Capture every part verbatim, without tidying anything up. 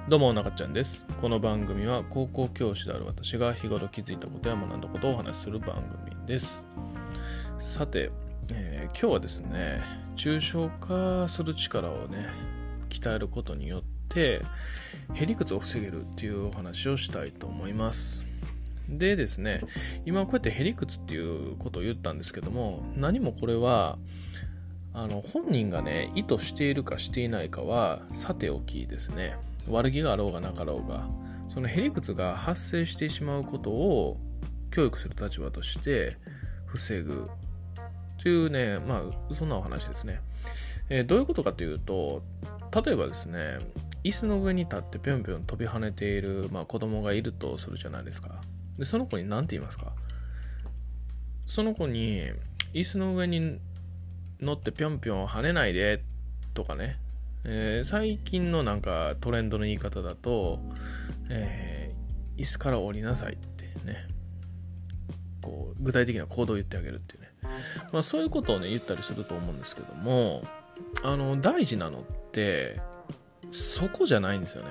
どうも中ちゃんです。この番組は高校教師である私が日頃気づいたことや学んだことをお話しする番組です。さて、えー、今日はですね、抽象化する力をね鍛えることによってへりくつを防げるっていうお話をしたいと思います。でですね、今こうやってへりくつっていうことを言ったんですけども、何もこれはあの本人がね意図しているかしていないかはさておきですね、悪気があろうがなかろうが、そのへりくつが発生してしまうことを教育する立場として防ぐというね、まあそんなお話ですね。えー、どういうことかというと、例えばですね、椅子の上に立ってぴょんぴょん飛び跳ねている、まあ、子供がいるとするじゃないですか。でその子に何て言いますか。その子に椅子の上に乗ってぴょんぴょん跳ねないでとかね、えー、最近のなんかトレンドの言い方だと、えー、椅子から降りなさいってね、こう具体的な行動を言ってあげるっていうね、まあ、そういうことをね言ったりすると思うんですけども、あの大事なのってそこじゃないんですよね。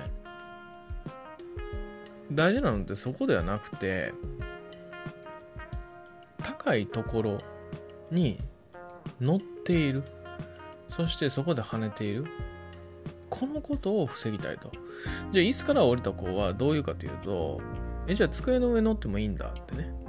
大事なのってそこではなくて、高いところに乗っている、そしてそこで跳ねている、このことを防ぎたいと。じゃあ椅子から降りた子はどういうかというと、えじゃあ机の上乗ってもいいんだってね、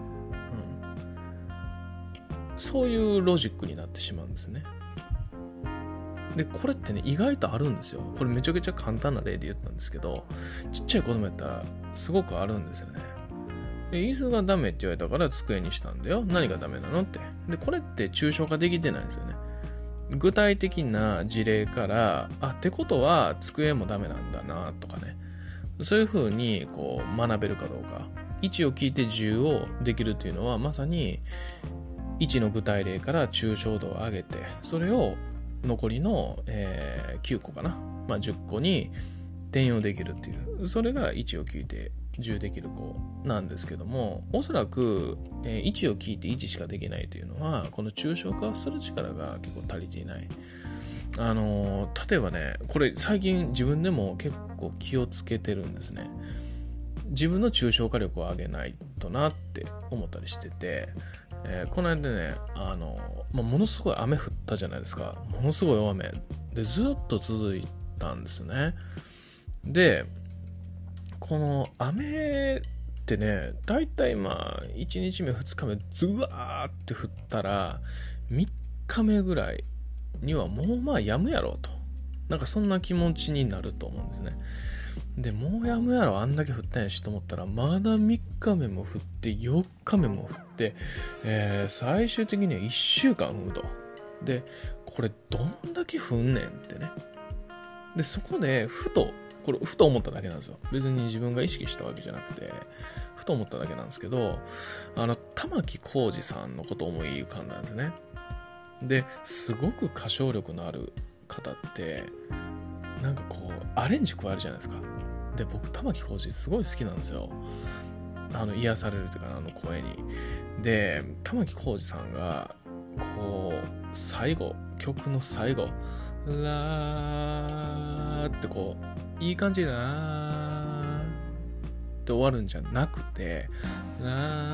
うん、そういうロジックになってしまうんですね。でこれってね意外とあるんですよ。これめちゃくちゃ簡単な例で言ったんですけど、ちっちゃい子供やったらすごくあるんですよね。で椅子がダメって言われたから机にしたんだよ、何がダメなのって。でこれって抽象化できてないんですよね。具体的な事例から、あってことは机もダメなんだなとかね、そういうふうにこう学べるかどうか、いちを聞いてじゅうをできるというのはまさにいちの具体例から抽象度を上げて、それを残りの、えー、きゅうこかな、まあ、じゅっこに転用できるっていう、それがいちを聞いてじゅうできる子なんですけども、おそらく、えー、いちを聞いていちしかできないというのは、この抽象化する力が結構足りていない。あのー、例えばね、これ最近自分でも結構気をつけてるんですね。自分の抽象化力を上げないとなって思ったりしてて、えー、この間ね、あのーまあ、ものすごい雨降ったじゃないですか。ものすごい大雨でずっと続いたんですね。でこの雨ってね、だいたいまあいちにちめふつかめずわーって降ったらみっかめぐらいにはもうまあやむやろうと、なんかそんな気持ちになると思うんですね。でもうやむやろ、あんだけ降ったんやしと思ったら、まだみっかめも降ってよっかめも降って、えー、最終的にはいっしゅうかん降ると。でこれどんだけ降んねんってね。でそこでふとこれふと思っただけなんですよ。別に自分が意識したわけじゃなくて、ふと思っただけなんですけど、あの玉置浩二さんのことを思い浮かんだんですね。ですごく歌唱力のある方ってなんかこうアレンジ加えるじゃないですか。で僕玉置浩二すごい好きなんですよ。あの癒されるというか、あの声に。で玉置浩二さんがこう最後、曲の最後ラーってこういい感じだなーって終わるんじゃなくて、ラ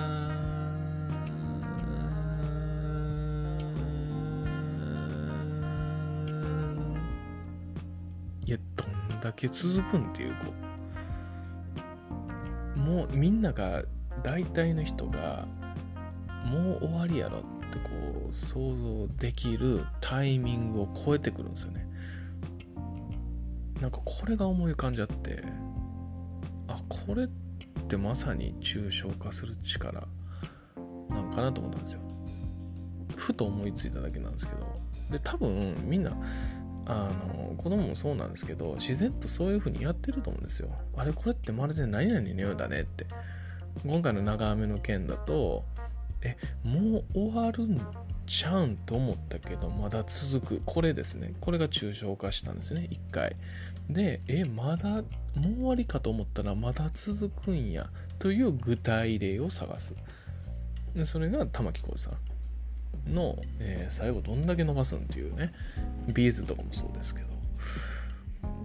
ーいやどんだけ続くんっていう、こうもうみんなが大体の人がもう終わりやろってこう想像できるタイミングを超えてくるんですよね。なんかこれが思い浮かんじゃって、あこれってまさに抽象化する力なんかなと思ったんですよ。ふと思いついただけなんですけど、で多分みんなあの子供もそうなんですけど、自然とそういう風にやってると思うんですよ。あれこれってまるで何々のようだねって。今回の長雨の件だと、えもう終わるんちゃうんと思ったけどまだ続く、これですね。これが抽象化したんですね、一回で。えまだもう終わりかと思ったらまだ続くんやという具体例を探す。でそれが玉置浩二さんの、えー、最後どんだけ伸ばすんっていうね。ビーズとかもそうですけど、う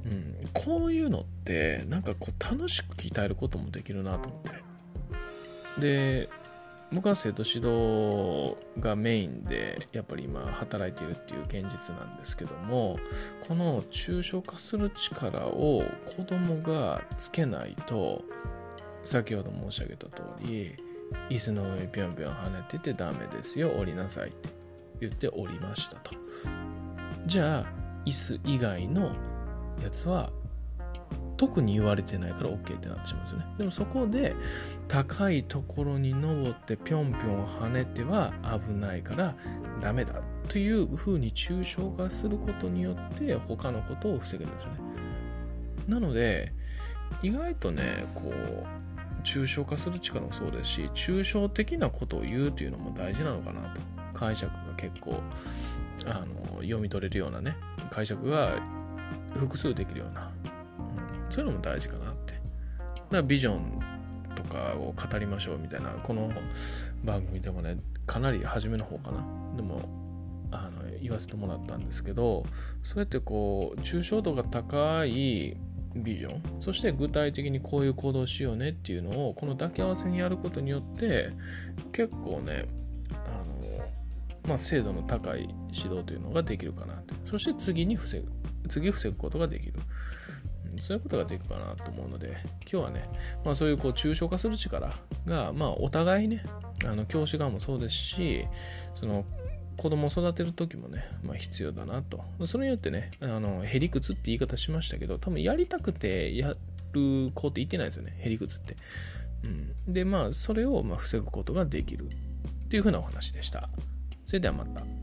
ん、こういうのってなんかこう楽しく鍛えることもできるなと思って。で僕は生徒指導がメインでやっぱり今働いているっていう現実なんですけども、この抽象化する力を子供がつけないと、先ほど申し上げた通り椅子の上にぴょんぴょん跳ねててダメですよ、降りなさいって言って降りましたと。じゃあ椅子以外のやつは特に言われてないから OK ってなってしまうんですよね。でもそこで高いところに登ってぴょんぴょん跳ねては危ないからダメだという風に抽象化することによって他のことを防げるんですよね。なので意外とね、こう抽象化する力もそうですし、抽象的なことを言うというのも大事なのかなと。解釈が結構あの読み取れるようなね、解釈が複数できるような、うん、そういうのも大事かなって。だからビジョンとかを語りましょうみたいな、この番組でもね、かなり初めの方かな、でもあの言わせてもらったんですけど、そうやってこう抽象度が高いビジョン、そして具体的にこういう行動しようねっていうのをこの抱き合わせにやることによって結構ね、あのまあ精度の高い指導というのができるかなって。そして次に防ぐ次防ぐことができる、うん、そういうことができるかなと思うので、今日はね、まあ、そういうこう抽象化する力が、まあ、お互いね、あの教師側もそうですし、その子供を育てる時もね、まあ、必要だなと。それによってね、あのへりくつって言い方しましたけど、多分やりたくてやる子って言ってないですよね、へりくつって、うん、でまあそれをまあ防ぐことができるっていうふうなお話でした。それではまた。